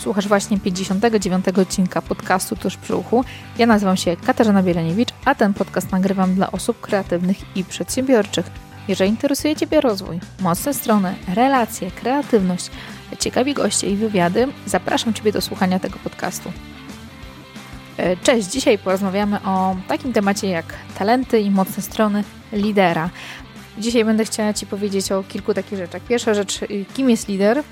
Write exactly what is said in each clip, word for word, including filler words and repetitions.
Słuchasz właśnie pięćdziesiątego dziewiątego odcinka podcastu Tuż przy uchu. Ja nazywam się Katarzyna Bieleniewicz, a ten podcast nagrywam dla osób kreatywnych i przedsiębiorczych. Jeżeli interesuje Ciebie rozwój, mocne strony, relacje, kreatywność, ciekawi goście i wywiady, zapraszam Ciebie do słuchania tego podcastu. Cześć, dzisiaj porozmawiamy o takim temacie jak talenty i mocne strony lidera. Dzisiaj będę chciała Ci powiedzieć o kilku takich rzeczach. Pierwsza rzecz, kim jest lider?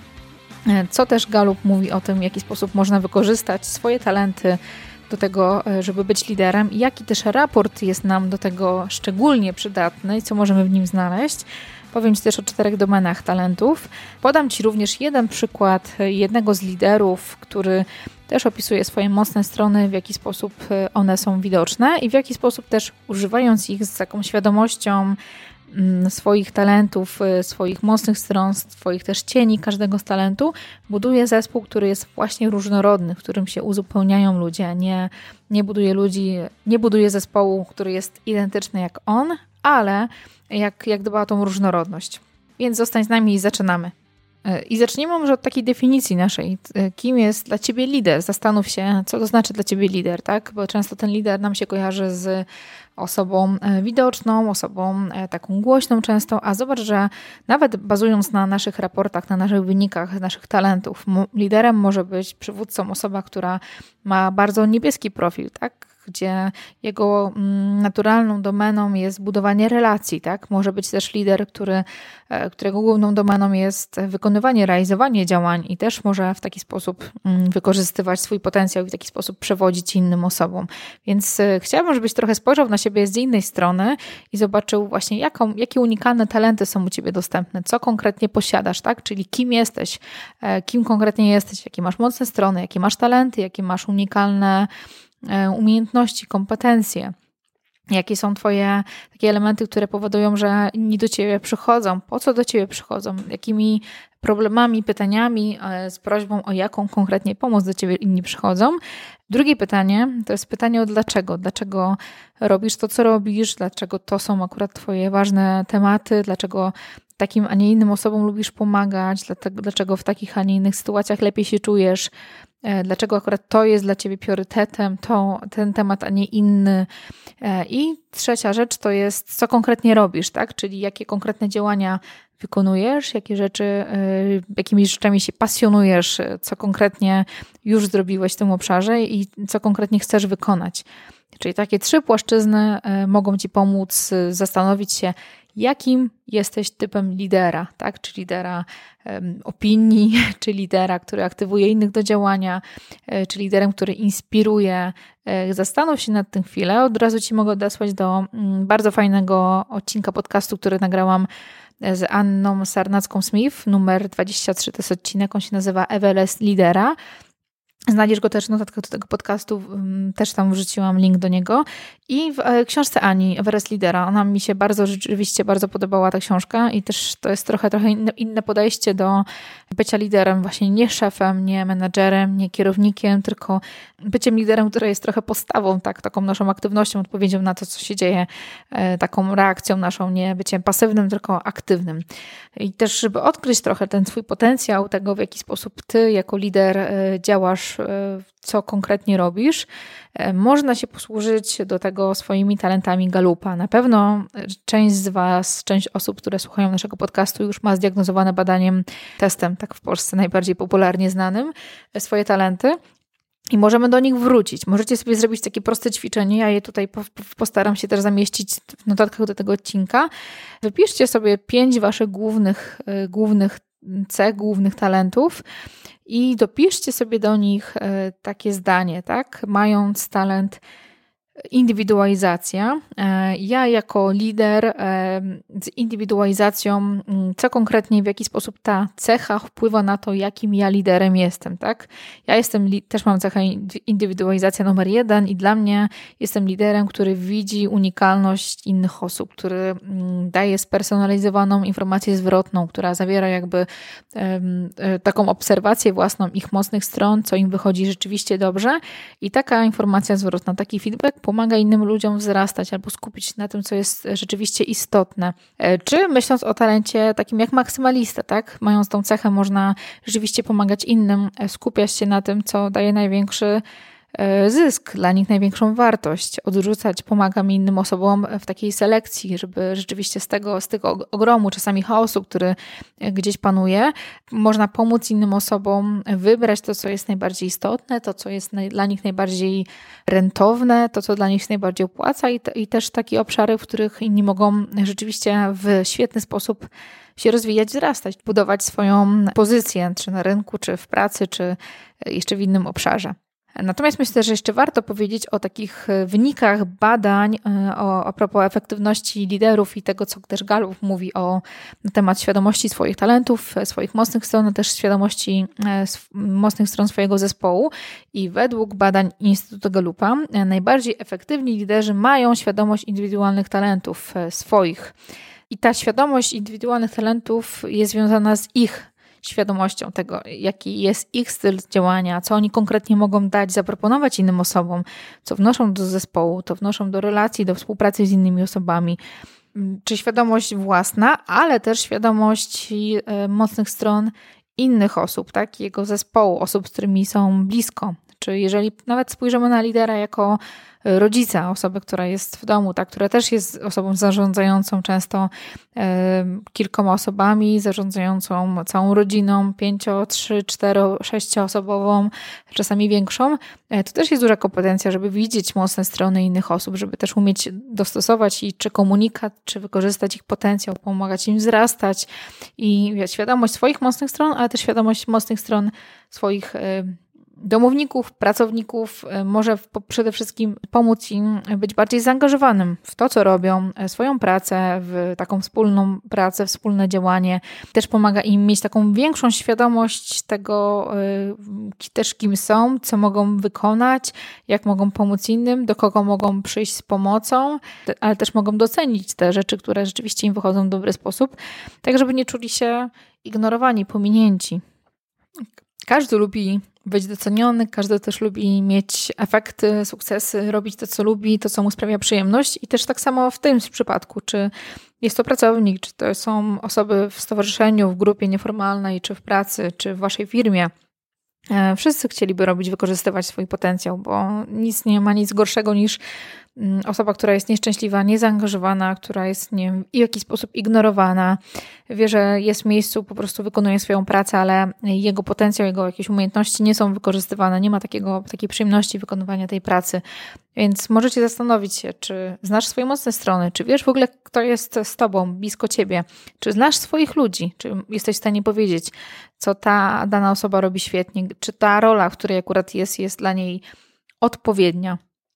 Co też Gallup mówi o tym, w jaki sposób można wykorzystać swoje talenty do tego, żeby być liderem i jaki też raport jest nam do tego szczególnie przydatny i co możemy w nim znaleźć. Powiem Ci też o czterech domenach talentów. Podam Ci również jeden przykład jednego z liderów, który też opisuje swoje mocne strony, w jaki sposób one są widoczne i w jaki sposób też używając ich z taką świadomością swoich talentów, swoich mocnych stron, swoich też cieni każdego z talentu, buduje zespół, który jest właśnie różnorodny, w którym się uzupełniają ludzie. Nie, nie buduje ludzi, nie buduje zespołu, który jest identyczny jak on, ale jak, jak dba o tą różnorodność. Więc zostań z nami i zaczynamy. I zacznijmy może od takiej definicji naszej. Kim jest dla Ciebie lider? Zastanów się, co to znaczy dla Ciebie lider, tak? Bo często ten lider nam się kojarzy z osobą widoczną, osobą taką głośną często, a zobacz, że nawet bazując na naszych raportach, na naszych wynikach, naszych talentów, liderem może być przywódcą osoba, która ma bardzo niebieski profil, tak? Gdzie jego naturalną domeną jest budowanie relacji, tak? Może być też lider, który, którego główną domeną jest wykonywanie, realizowanie działań i też może w taki sposób wykorzystywać swój potencjał i w taki sposób przewodzić innym osobom. Więc chciałabym, żebyś trochę spojrzał na siebie z innej strony i zobaczył właśnie, jaką, jakie unikalne talenty są u Ciebie dostępne, co konkretnie posiadasz, tak? Czyli kim jesteś, kim konkretnie jesteś, jakie masz mocne strony, jakie masz talenty, jakie masz unikalne umiejętności, kompetencje. Jakie są Twoje takie elementy, które powodują, że inni do Ciebie przychodzą? Po co do Ciebie przychodzą? Jakimi problemami, pytaniami z prośbą o jaką konkretnie pomoc do Ciebie inni przychodzą? Drugie pytanie to jest pytanie o dlaczego. Dlaczego robisz to, co robisz? Dlaczego to są akurat Twoje ważne tematy? Dlaczego takim, a nie innym osobom lubisz pomagać? Dlaczego w takich, a nie innych sytuacjach lepiej się czujesz? Dlaczego akurat to jest dla Ciebie priorytetem, to, ten temat, a nie inny. I trzecia rzecz to jest, co konkretnie robisz, tak? Czyli jakie konkretne działania wykonujesz, jakie rzeczy, jakimi rzeczami się pasjonujesz, co konkretnie już zrobiłeś w tym obszarze i co konkretnie chcesz wykonać. Czyli takie trzy płaszczyzny mogą Ci pomóc zastanowić się, jakim jesteś typem lidera, tak? Czy lidera um, opinii, czy lidera, który aktywuje innych do działania, czy liderem, który inspiruje. Zastanów się nad tym chwilę. Od razu Ci mogę odesłać do um, bardzo fajnego odcinka podcastu, który nagrałam z Anną Sarnacką-Smith, numer dwadzieścia trzy, to jest odcinek, on się nazywa Everest Lidera. Znajdziesz go też w notatkach do tego podcastu, też tam wrzuciłam link do niego. I w książce Ani, Everest Lidera, ona mi się bardzo, rzeczywiście bardzo podobała ta książka i też to jest trochę, trochę inne podejście do bycia liderem, właśnie nie szefem, nie menadżerem, nie kierownikiem, tylko byciem liderem, który jest trochę postawą, tak, taką naszą aktywnością, odpowiedzią na to, co się dzieje, taką reakcją naszą, nie byciem pasywnym, tylko aktywnym. I też, żeby odkryć trochę ten swój potencjał, tego, w jaki sposób ty jako lider działasz, co konkretnie robisz, można się posłużyć do tego swoimi talentami Gallupa. Na pewno część z Was, część osób, które słuchają naszego podcastu już ma zdiagnozowane badaniem, testem, tak w Polsce najbardziej popularnie znanym, swoje talenty. I możemy do nich wrócić. Możecie sobie zrobić takie proste ćwiczenie. Ja je tutaj postaram się też zamieścić w notatkach do tego odcinka. Wypiszcie sobie pięć Waszych głównych, głównych cech, głównych talentów i dopiszcie sobie do nich takie zdanie, tak? Mając talent indywidualizacja. Ja jako lider z indywidualizacją, co konkretnie, w jaki sposób ta cecha wpływa na to, jakim ja liderem jestem, tak? Ja jestem, też mam cechę indywidualizacja numer jeden i dla mnie jestem liderem, który widzi unikalność innych osób, który daje spersonalizowaną informację zwrotną, która zawiera jakby taką obserwację własną ich mocnych stron, co im wychodzi rzeczywiście dobrze i taka informacja zwrotna, taki feedback pomaga innym ludziom wzrastać albo skupić się na tym, co jest rzeczywiście istotne. Czy myśląc o talencie takim jak maksymalista, tak? Mając tą cechę, można rzeczywiście pomagać innym, skupiać się na tym, co daje największy zysk, dla nich największą wartość, odrzucać, pomagam innym osobom w takiej selekcji, żeby rzeczywiście z tego, z tego ogromu, czasami chaosu, który gdzieś panuje, można pomóc innym osobom wybrać to, co jest najbardziej istotne, to, co jest naj, dla nich najbardziej rentowne, to, co dla nich się najbardziej opłaca i, te, i też takie obszary, w których inni mogą rzeczywiście w świetny sposób się rozwijać, wzrastać, budować swoją pozycję, czy na rynku, czy w pracy, czy jeszcze w innym obszarze. Natomiast myślę, że jeszcze warto powiedzieć o takich wynikach badań o, a propos efektywności liderów i tego, co też Gallup mówi o, na temat świadomości swoich talentów, swoich mocnych stron, a też świadomości mocnych stron swojego zespołu. I według badań Instytutu Gallupa najbardziej efektywni liderzy mają świadomość indywidualnych talentów swoich. I ta świadomość indywidualnych talentów jest związana z ich świadomością tego, jaki jest ich styl działania, co oni konkretnie mogą dać, zaproponować innym osobom, co wnoszą do zespołu, to wnoszą do relacji, do współpracy z innymi osobami. Czy świadomość własna, ale też świadomość mocnych stron innych osób, tak? Jego zespołu, osób, z którymi są blisko. Czy jeżeli nawet spojrzymy na lidera jako rodzica, osobę, która jest w domu, tak, która też jest osobą zarządzającą często e, kilkoma osobami, zarządzającą całą rodziną, pięcio, trzy, cztero, sześcioosobową, czasami większą, e, to też jest duża kompetencja, żeby widzieć mocne strony innych osób, żeby też umieć dostosować i czy komunikat, czy wykorzystać ich potencjał, pomagać im wzrastać i wiesz, świadomość swoich mocnych stron, ale też świadomość mocnych stron swoich e, domowników, pracowników, może przede wszystkim pomóc im być bardziej zaangażowanym w to, co robią, swoją pracę, w taką wspólną pracę, wspólne działanie. Też pomaga im mieć taką większą świadomość tego też, kim są, co mogą wykonać, jak mogą pomóc innym, do kogo mogą przyjść z pomocą, ale też mogą docenić te rzeczy, które rzeczywiście im wychodzą w dobry sposób, tak żeby nie czuli się ignorowani, pominięci. Każdy lubi być doceniony, każdy też lubi mieć efekty, sukcesy, robić to, co lubi, to, co mu sprawia przyjemność i też tak samo w tym przypadku, czy jest to pracownik, czy to są osoby w stowarzyszeniu, w grupie nieformalnej, czy w pracy, czy w waszej firmie. Wszyscy chcieliby robić, wykorzystywać swój potencjał, bo nic nie ma nic gorszego niż osoba, która jest nieszczęśliwa, niezaangażowana, która jest nie wiem, w jakiś sposób ignorowana, wie, że jest w miejscu, po prostu wykonuje swoją pracę, ale jego potencjał, jego jakieś umiejętności nie są wykorzystywane, nie ma takiego, takiej przyjemności wykonywania tej pracy. Więc możecie zastanowić się, czy znasz swoje mocne strony, czy wiesz w ogóle, kto jest z tobą, blisko ciebie, czy znasz swoich ludzi, czy jesteś w stanie powiedzieć, co ta dana osoba robi świetnie, czy ta rola, w której akurat jest, jest dla niej odpowiednia.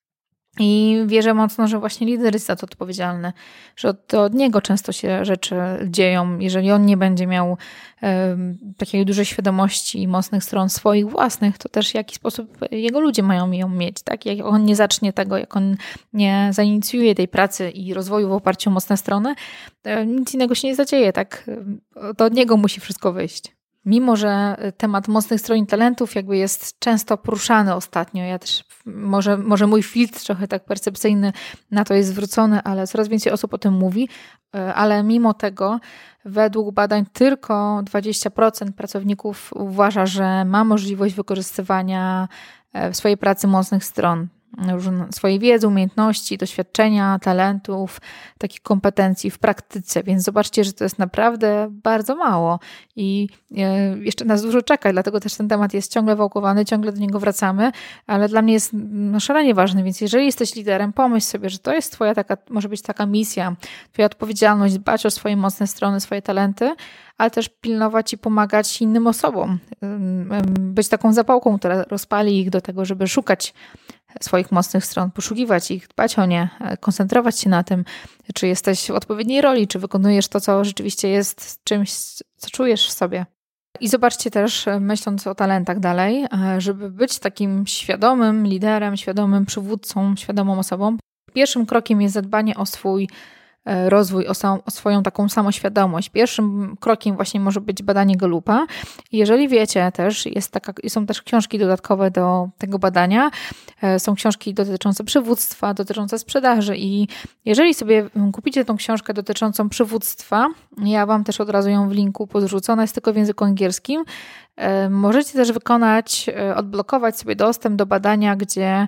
I wierzę mocno, że właśnie lider jest za to odpowiedzialny, że to od niego często się rzeczy dzieją. Jeżeli on nie będzie miał um, takiej dużej świadomości i mocnych stron swoich własnych, to też w jaki sposób jego ludzie mają ją mieć. Tak? Jak on nie zacznie tego, jak on nie zainicjuje tej pracy i rozwoju w oparciu o mocne strony, to nic innego się nie zadzieje. Tak? To od niego musi wszystko wyjść. Mimo że temat mocnych stron i talentów jakby jest często poruszany ostatnio, ja też, może, może mój filtr trochę tak percepcyjny na to jest zwrócony, ale coraz więcej osób o tym mówi, ale mimo tego według badań tylko dwadzieścia procent pracowników uważa, że ma możliwość wykorzystywania w swojej pracy mocnych stron. Swojej wiedzy, umiejętności, doświadczenia, talentów, takich kompetencji w praktyce, więc zobaczcie, że to jest naprawdę bardzo mało i jeszcze nas dużo czeka, dlatego też ten temat jest ciągle wałkowany, ciągle do niego wracamy, ale dla mnie jest szalenie ważny, więc jeżeli jesteś liderem, pomyśl sobie, że to jest twoja taka, może być taka misja, twoja odpowiedzialność, dbać o swoje mocne strony, swoje talenty, ale też pilnować i pomagać innym osobom, być taką zapałką, która rozpali ich do tego, żeby szukać swoich mocnych stron, poszukiwać ich, dbać o nie, koncentrować się na tym, czy jesteś w odpowiedniej roli, czy wykonujesz to, co rzeczywiście jest czymś, co czujesz w sobie. I zobaczcie też, myśląc o talentach dalej, żeby być takim świadomym liderem, świadomym przywódcą, świadomą osobą, pierwszym krokiem jest zadbanie o swój rozwój, o, sam, o swoją taką samoświadomość. Pierwszym krokiem właśnie może być badanie Gallupa. Jeżeli wiecie też, jest taka, są też książki dodatkowe do tego badania. Są książki dotyczące przywództwa, dotyczące sprzedaży i jeżeli sobie kupicie tą książkę dotyczącą przywództwa, ja Wam też od razu ją w linku podrzucę, ona jest tylko w języku angielskim, możecie też wykonać, odblokować sobie dostęp do badania, gdzie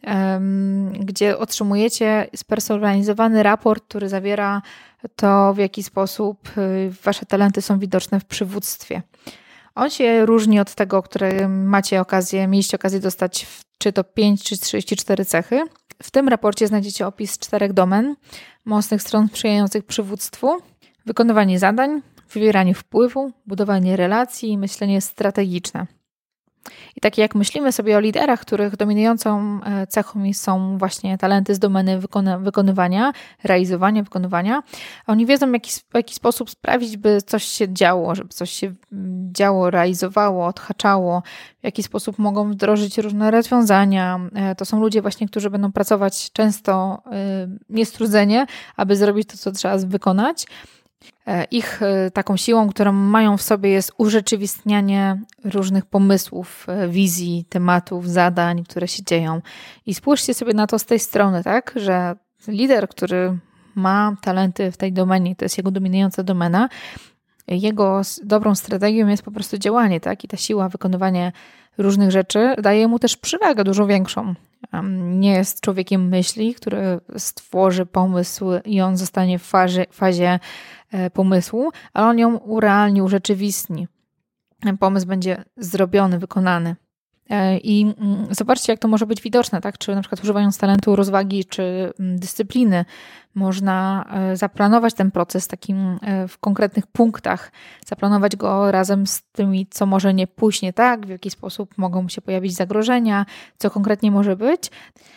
gdzie otrzymujecie spersonalizowany raport, który zawiera to, w jaki sposób wasze talenty są widoczne w przywództwie. On się różni od tego, który macie okazję, mieliście okazję dostać w czy to pięć, czy trzydzieści cztery cechy. W tym raporcie znajdziecie opis czterech domen, mocnych stron sprzyjających przywództwu, wykonywanie zadań, wywieranie wpływu, budowanie relacji i myślenie strategiczne. I tak jak myślimy sobie o liderach, których dominującą cechą są właśnie talenty z domeny wykona- wykonywania, realizowania, wykonywania, oni wiedzą, w jaki, w jaki sposób sprawić, by coś się działo, żeby coś się działo, realizowało, odhaczało, w jaki sposób mogą wdrożyć różne rozwiązania. To są ludzie właśnie, którzy będą pracować często niestrudzenie, aby zrobić to, co trzeba wykonać. Ich taką siłą, którą mają w sobie, jest urzeczywistnianie różnych pomysłów, wizji, tematów, zadań, które się dzieją. I spójrzcie sobie na to z tej strony, tak, że lider, który ma talenty w tej domenie, to jest jego dominująca domena, jego dobrą strategią jest po prostu działanie, tak, i ta siła, wykonywanie różnych rzeczy daje mu też przewagę dużo większą. Nie jest człowiekiem myśli, który stworzy pomysł i on zostanie w fazie, fazie pomysłu, ale on ją urealni, urzeczywistni. Pomysł będzie zrobiony, wykonany. I zobaczcie, jak to może być widoczne, tak? Czy na przykład używając talentu rozwagi czy dyscypliny można zaplanować ten proces takim w konkretnych punktach, zaplanować go razem z tymi, co może nie pójść nie tak, w jaki sposób mogą się pojawić zagrożenia, co konkretnie może być.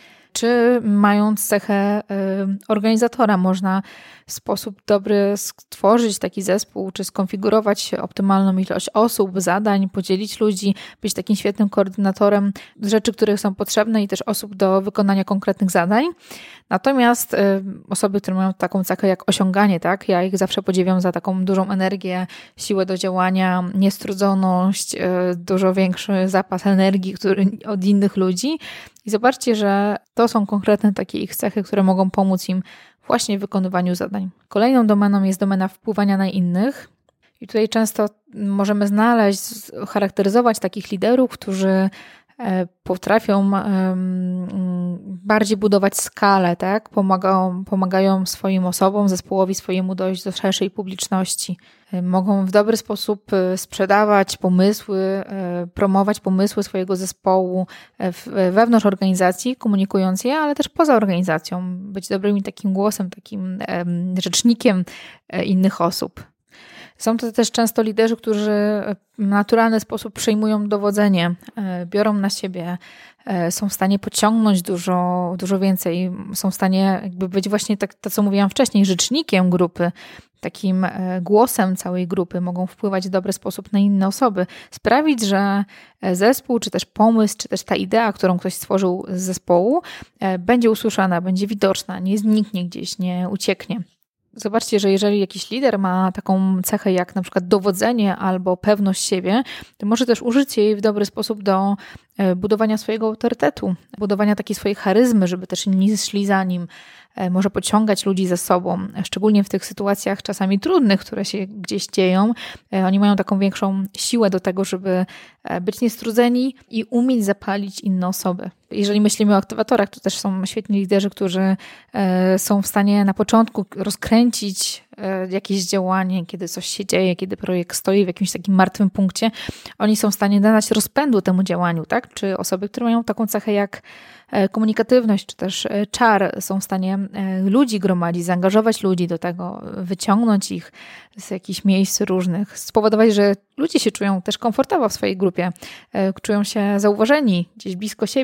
Czy mając cechę organizatora można w sposób dobry stworzyć taki zespół, czy skonfigurować optymalną ilość osób, zadań, podzielić ludzi, być takim świetnym koordynatorem rzeczy, które są potrzebne i też osób do wykonania konkretnych zadań. Natomiast osoby, które mają taką cechę jak osiąganie, tak, ja ich zawsze podziwiam za taką dużą energię, siłę do działania, niestrudzoność, dużo większy zapas energii który, od innych ludzi. I zobaczcie, że to są konkretne takie ich cechy, które mogą pomóc im właśnie w wykonywaniu zadań. Kolejną domeną jest domena wpływania na innych. I tutaj często możemy znaleźć, charakteryzować takich liderów, którzy potrafią bardziej budować skalę, tak? Pomagają, pomagają swoim osobom, zespołowi swojemu dojść do szerszej publiczności. Mogą w dobry sposób sprzedawać pomysły, promować pomysły swojego zespołu wewnątrz organizacji, komunikując je, ale też poza organizacją. Być dobrym takim głosem, takim rzecznikiem innych osób. Są to też często liderzy, którzy w naturalny sposób przejmują dowodzenie, biorą na siebie, są w stanie pociągnąć dużo, dużo więcej, są w stanie jakby być właśnie tak, to co mówiłam wcześniej, rzecznikiem grupy, takim głosem całej grupy, mogą wpływać w dobry sposób na inne osoby, sprawić, że zespół, czy też pomysł, czy też ta idea, którą ktoś stworzył z zespołu, będzie usłyszana, będzie widoczna, nie zniknie gdzieś, nie ucieknie. Zobaczcie, że jeżeli jakiś lider ma taką cechę jak na przykład dowodzenie albo pewność siebie, to może też użyć jej w dobry sposób do budowania swojego autorytetu, budowania takiej swojej charyzmy, żeby też inni szli za nim. Może pociągać ludzi ze sobą, szczególnie w tych sytuacjach czasami trudnych, które się gdzieś dzieją. Oni mają taką większą siłę do tego, żeby być niestrudzeni i umieć zapalić inne osoby. Jeżeli myślimy o aktywatorach, to też są świetni liderzy, którzy są w stanie na początku rozkręcić jakieś działanie, kiedy coś się dzieje, kiedy projekt stoi w jakimś takim martwym punkcie. Oni są w stanie nadać rozpędu temu działaniu, tak? Czy osoby, które mają taką cechę jak komunikatywność, czy też czar, są w stanie ludzi gromadzić, zaangażować ludzi do tego, wyciągnąć ich z jakichś miejsc różnych, spowodować, że ludzie się czują też komfortowo w swojej grupie, czują się zauważeni gdzieś blisko siebie.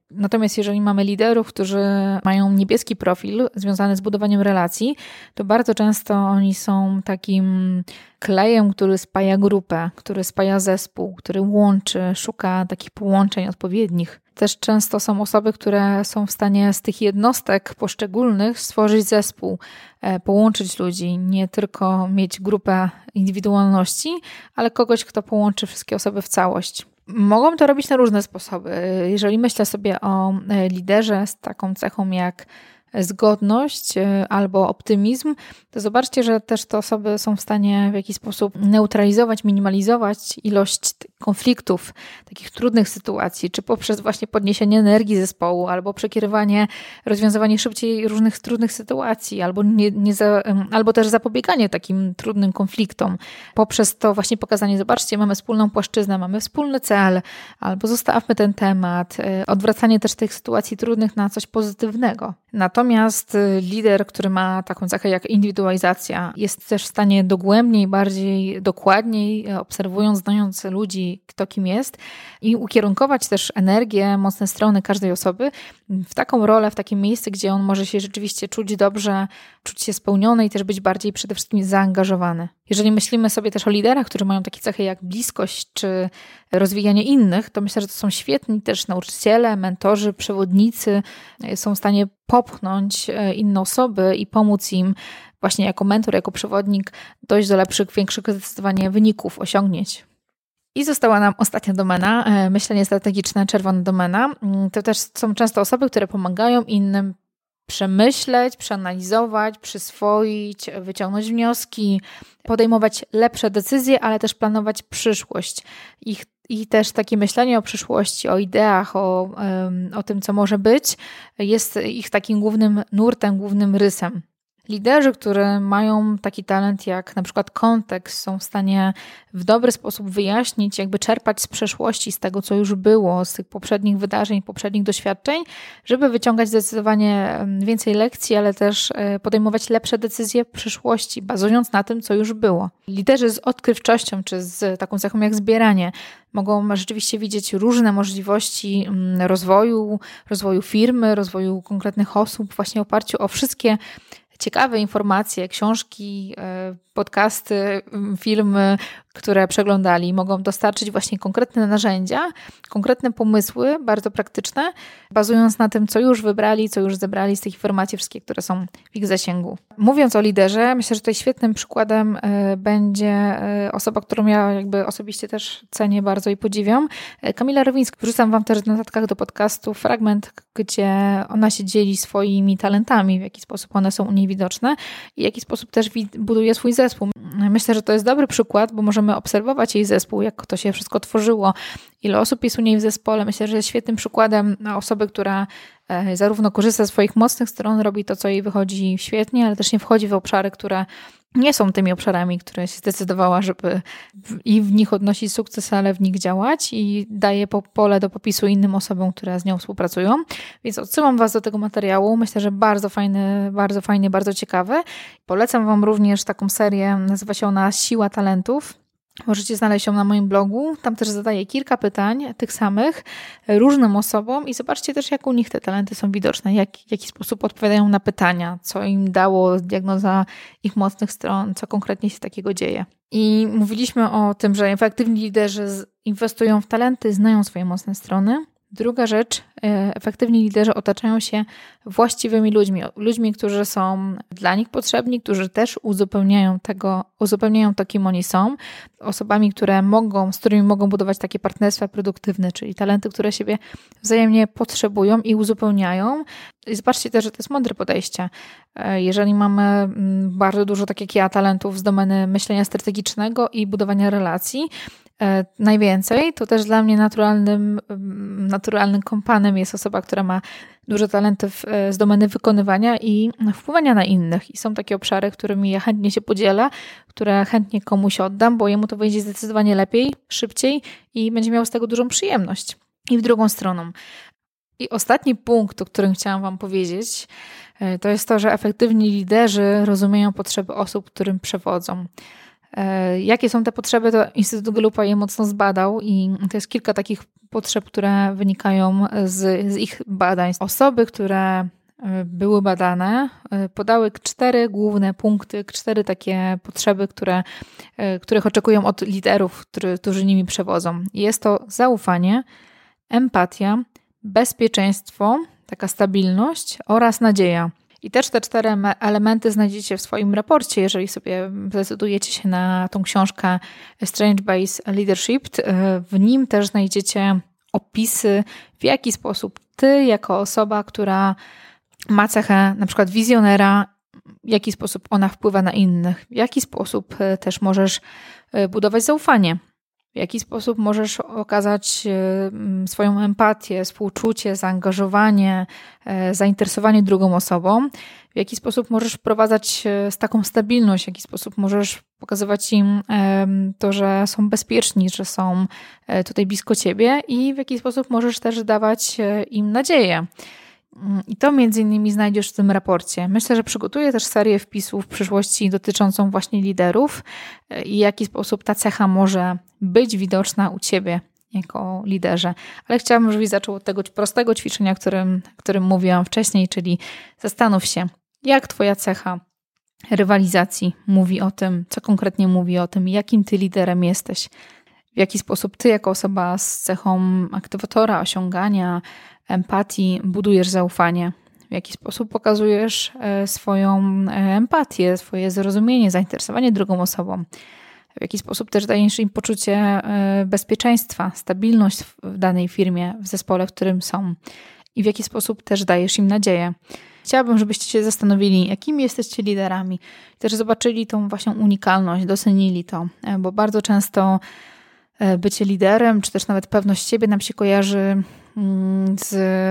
Natomiast jeżeli mamy liderów, którzy mają niebieski profil związany z budowaniem relacji, to bardzo często oni są takim klejem, który spaja grupę, który spaja zespół, który łączy, szuka takich połączeń odpowiednich. Też często są osoby, które są w stanie z tych jednostek poszczególnych stworzyć zespół, połączyć ludzi, nie tylko mieć grupę indywidualności, ale kogoś, kto połączy wszystkie osoby w całość. Mogą to robić na różne sposoby. Jeżeli myślę sobie o liderze z taką cechą jak zgodność albo optymizm, to zobaczcie, że też te osoby są w stanie w jakiś sposób neutralizować, minimalizować ilość konfliktów, takich trudnych sytuacji, czy poprzez właśnie podniesienie energii zespołu, albo przekierowanie, rozwiązywanie szybciej różnych trudnych sytuacji, albo, nie, nie za, albo też zapobieganie takim trudnym konfliktom. Poprzez to właśnie pokazanie, zobaczcie, mamy wspólną płaszczyznę, mamy wspólny cel, albo zostawmy ten temat, odwracanie też tych sytuacji trudnych na coś pozytywnego. Natomiast lider, który ma taką cechę jak indywidualizacja, jest też w stanie dogłębniej, bardziej dokładniej, obserwując, znając ludzi, kto kim jest i ukierunkować też energię, mocne strony każdej osoby w taką rolę, w takie miejsce, gdzie on może się rzeczywiście czuć dobrze, czuć się spełniony i też być bardziej przede wszystkim zaangażowany. Jeżeli myślimy sobie też o liderach, którzy mają takie cechy jak bliskość czy rozwijanie innych, to myślę, że to są świetni też nauczyciele, mentorzy, przewodnicy, są w stanie popchnąć inne osoby i pomóc im właśnie jako mentor, jako przewodnik dojść do lepszych, większych zdecydowanie wyników, osiągnięć. I została nam ostatnia domena, myślenie strategiczne, czerwona domena. To też są często osoby, które pomagają innym przemyśleć, przeanalizować, przyswoić, wyciągnąć wnioski, podejmować lepsze decyzje, ale też planować przyszłość. Ich I też takie myślenie o przyszłości, o ideach, o, o tym, co może być, jest ich takim głównym nurtem, głównym rysem. Liderzy, którzy mają taki talent jak na przykład kontekst, są w stanie w dobry sposób wyjaśnić, jakby czerpać z przeszłości, z tego, co już było, z tych poprzednich wydarzeń, poprzednich doświadczeń, żeby wyciągać zdecydowanie więcej lekcji, ale też podejmować lepsze decyzje w przyszłości, bazując na tym, co już było. Liderzy z odkrywczością, czy z taką cechą jak zbieranie, mogą rzeczywiście widzieć różne możliwości rozwoju, rozwoju firmy, rozwoju konkretnych osób, właśnie w oparciu o wszystkie ciekawe informacje, książki, podcasty, filmy, które przeglądali. Mogą dostarczyć właśnie konkretne narzędzia, konkretne pomysły, bardzo praktyczne, bazując na tym, co już wybrali, co już zebrali z tych informacji wszystkich, które są w ich zasięgu. Mówiąc o liderze, myślę, że tutaj świetnym przykładem będzie osoba, którą ja jakby osobiście też cenię bardzo i podziwiam, Kamila Rowińska. Wrzucam Wam też w notatkach do podcastu fragment, gdzie ona się dzieli swoimi talentami, w jaki sposób one są u niej widoczne i w jaki sposób też buduje swój zespół. Myślę, że to jest dobry przykład, bo możemy obserwować jej zespół, jak to się wszystko tworzyło, ile osób jest u niej w zespole. Myślę, że jest świetnym przykładem na osoby, która zarówno korzysta ze swoich mocnych stron, robi to, co jej wychodzi świetnie, ale też nie wchodzi w obszary, które nie są tymi obszarami, które się zdecydowała, żeby i w nich odnosić sukces, ale w nich działać i daje pole do popisu innym osobom, które z nią współpracują. Więc odsyłam Was do tego materiału. Myślę, że bardzo fajny, bardzo fajny, bardzo ciekawy. Polecam Wam również taką serię, nazywa się ona Siła Talentów. Możecie znaleźć ją na moim blogu. Tam też zadaję kilka pytań, tych samych, różnym osobom i zobaczcie też, jak u nich te talenty są widoczne, jak, w jaki sposób odpowiadają na pytania, co im dało diagnoza ich mocnych stron, co konkretnie się takiego dzieje. I mówiliśmy o tym, że efektywni liderzy inwestują w talenty, znają swoje mocne strony. Druga rzecz, efektywni liderzy otaczają się właściwymi ludźmi, ludźmi, którzy są dla nich potrzebni, którzy też uzupełniają tego, uzupełniają to, kim oni są, osobami, które mogą, z którymi mogą budować takie partnerstwa produktywne, czyli talenty, które siebie wzajemnie potrzebują i uzupełniają. I zobaczcie też, że to jest mądre podejście. Jeżeli mamy bardzo dużo, tak jak ja, talentów z domeny myślenia strategicznego i budowania relacji, najwięcej, to też dla mnie naturalnym, naturalnym kompanem jest osoba, która ma dużo talentów z domeny wykonywania i wpływania na innych. I są takie obszary, którymi ja chętnie się podzielę, które chętnie komuś oddam, bo jemu to wyjdzie zdecydowanie lepiej, szybciej i będzie miał z tego dużą przyjemność. I w drugą stroną. I ostatni punkt, o którym chciałam Wam powiedzieć, to jest to, że efektywni liderzy rozumieją potrzeby osób, którym przewodzą. Jakie są te potrzeby, to Instytut Gallupa je mocno zbadał i to jest kilka takich potrzeb, które wynikają z, z ich badań. Osoby, które były badane, podały cztery główne punkty, cztery takie potrzeby, które, których oczekują od liderów, którzy, którzy nimi przewodzą. Jest to zaufanie, empatia, bezpieczeństwo, taka stabilność oraz nadzieja. I też te cztery elementy znajdziecie w swoim raporcie, jeżeli sobie zdecydujecie się na tą książkę Strange Base Leadership. W nim też znajdziecie opisy, w jaki sposób ty, jako osoba, która ma cechę na przykład wizjonera, w jaki sposób ona wpływa na innych, w jaki sposób też możesz budować zaufanie, w jaki sposób możesz okazać swoją empatię, współczucie, zaangażowanie, zainteresowanie drugą osobą, w jaki sposób możesz wprowadzać z taką stabilność, w jaki sposób możesz pokazywać im to, że są bezpieczni, że są tutaj blisko ciebie i w jaki sposób możesz też dawać im nadzieję. I to między innymi znajdziesz w tym raporcie. Myślę, że przygotuję też serię wpisów w przyszłości dotyczącą właśnie liderów i w jaki sposób ta cecha może być widoczna u ciebie jako liderze. Ale chciałabym, żebyś zaczął od tego prostego ćwiczenia, o którym, którym mówiłam wcześniej, czyli zastanów się, jak twoja cecha rywalizacji mówi o tym, co konkretnie mówi o tym, jakim ty liderem jesteś, w jaki sposób ty jako osoba z cechą aktywatora, osiągania, empatii budujesz zaufanie, w jaki sposób pokazujesz swoją empatię, swoje zrozumienie, zainteresowanie drugą osobą, w jaki sposób też dajesz im poczucie bezpieczeństwa, stabilność w danej firmie, w zespole, w którym są i w jaki sposób też dajesz im nadzieję. Chciałabym, żebyście się zastanowili, jakimi jesteście liderami, też zobaczyli tą właśnie unikalność, docenili to, bo bardzo często bycie liderem, czy też nawet pewność siebie nam się kojarzy z,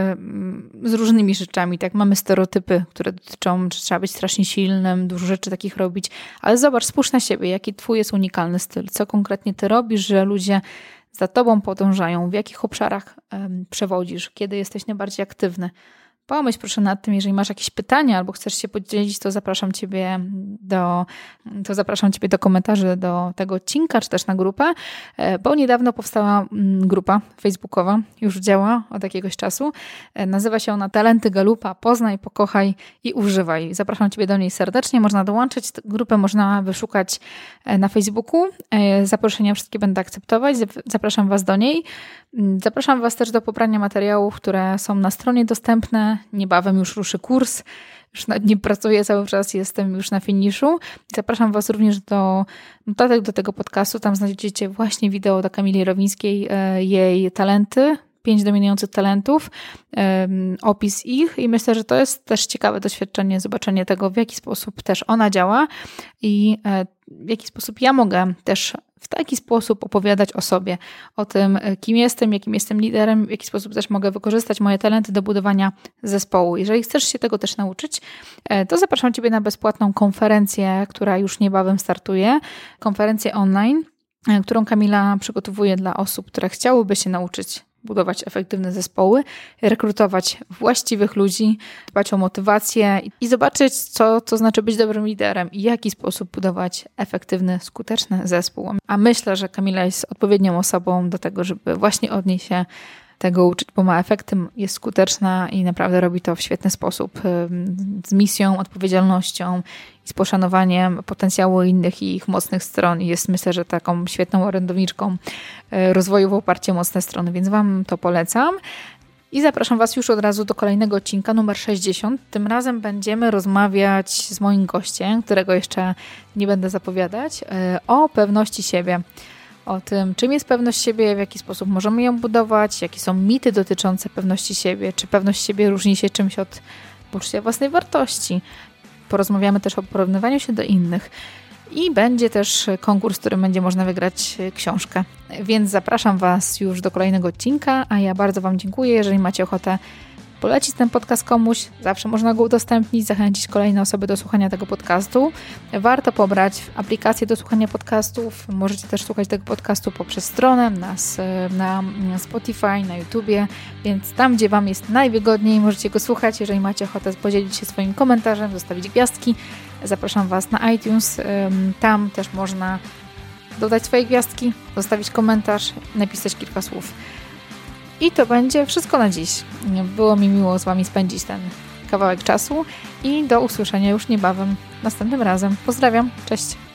z różnymi rzeczami. Tak, mamy stereotypy, które dotyczą, że trzeba być strasznie silnym, dużo rzeczy takich robić, ale zobacz, spójrz na siebie, jaki twój jest unikalny styl, co konkretnie ty robisz, że ludzie za tobą podążają, w jakich obszarach um, przewodzisz, kiedy jesteś najbardziej aktywny. Pomyśl proszę nad tym, jeżeli masz jakieś pytania albo chcesz się podzielić, to zapraszam Ciebie do, to zapraszam Ciebie do komentarzy do tego odcinka, czy też na grupę, bo niedawno powstała grupa facebookowa, już działa od jakiegoś czasu. Nazywa się ona Talenty Gallupa, poznaj, pokochaj i używaj. Zapraszam Ciebie do niej serdecznie, można dołączyć, grupę można wyszukać na Facebooku. Zaproszenia wszystkie będę akceptować, zapraszam Was do niej. Zapraszam Was też do pobrania materiałów, które są na stronie dostępne. Niebawem już ruszy kurs. Już nad nim pracuję cały czas, jestem już na finiszu. Zapraszam Was również do notatek do tego podcastu. Tam znajdziecie właśnie wideo do Kamili Rowińskiej, jej talenty, pięć dominujących talentów, opis ich i myślę, że to jest też ciekawe doświadczenie, zobaczenie tego, w jaki sposób też ona działa i w jaki sposób ja mogę też w taki sposób opowiadać o sobie, o tym, kim jestem, jakim jestem liderem, w jaki sposób też mogę wykorzystać moje talenty do budowania zespołu. Jeżeli chcesz się tego też nauczyć, to zapraszam Ciebie na bezpłatną konferencję, która już niebawem startuje, konferencję online, którą Kamila przygotowuje dla osób, które chciałyby się nauczyć budować efektywne zespoły, rekrutować właściwych ludzi, dbać o motywację i zobaczyć, co to znaczy być dobrym liderem i w jaki sposób budować efektywny, skuteczny zespół. A myślę, że Kamila jest odpowiednią osobą do tego, żeby właśnie od niej się tego uczyć, bo ma efekty, jest skuteczna i naprawdę robi to w świetny sposób, z misją, odpowiedzialnością i z poszanowaniem potencjału innych i ich mocnych stron. I jest, myślę, że taką świetną orędowniczką rozwoju w oparciu o mocne strony, więc Wam to polecam. I zapraszam Was już od razu do kolejnego odcinka, numer sześćdziesiąt. Tym razem będziemy rozmawiać z moim gościem, którego jeszcze nie będę zapowiadać, o pewności siebie. O tym, czym jest pewność siebie, w jaki sposób możemy ją budować, jakie są mity dotyczące pewności siebie, czy pewność siebie różni się czymś od poczucia własnej wartości. Porozmawiamy też o porównywaniu się do innych. I będzie też konkurs, w którym będzie można wygrać książkę. Więc zapraszam Was już do kolejnego odcinka, a ja bardzo Wam dziękuję. Jeżeli macie ochotę polecić ten podcast komuś, zawsze można go udostępnić, zachęcić kolejne osoby do słuchania tego podcastu. Warto pobrać aplikację do słuchania podcastów, możecie też słuchać tego podcastu poprzez stronę, na, na Spotify, na YouTubie, więc tam, gdzie Wam jest najwygodniej, możecie go słuchać. Jeżeli macie ochotę podzielić się swoim komentarzem, zostawić gwiazdki, zapraszam Was na iTunes, tam też można dodać swoje gwiazdki, zostawić komentarz, napisać kilka słów. I to będzie wszystko na dziś. Było mi miło z Wami spędzić ten kawałek czasu i do usłyszenia już niebawem, następnym razem. Pozdrawiam, cześć!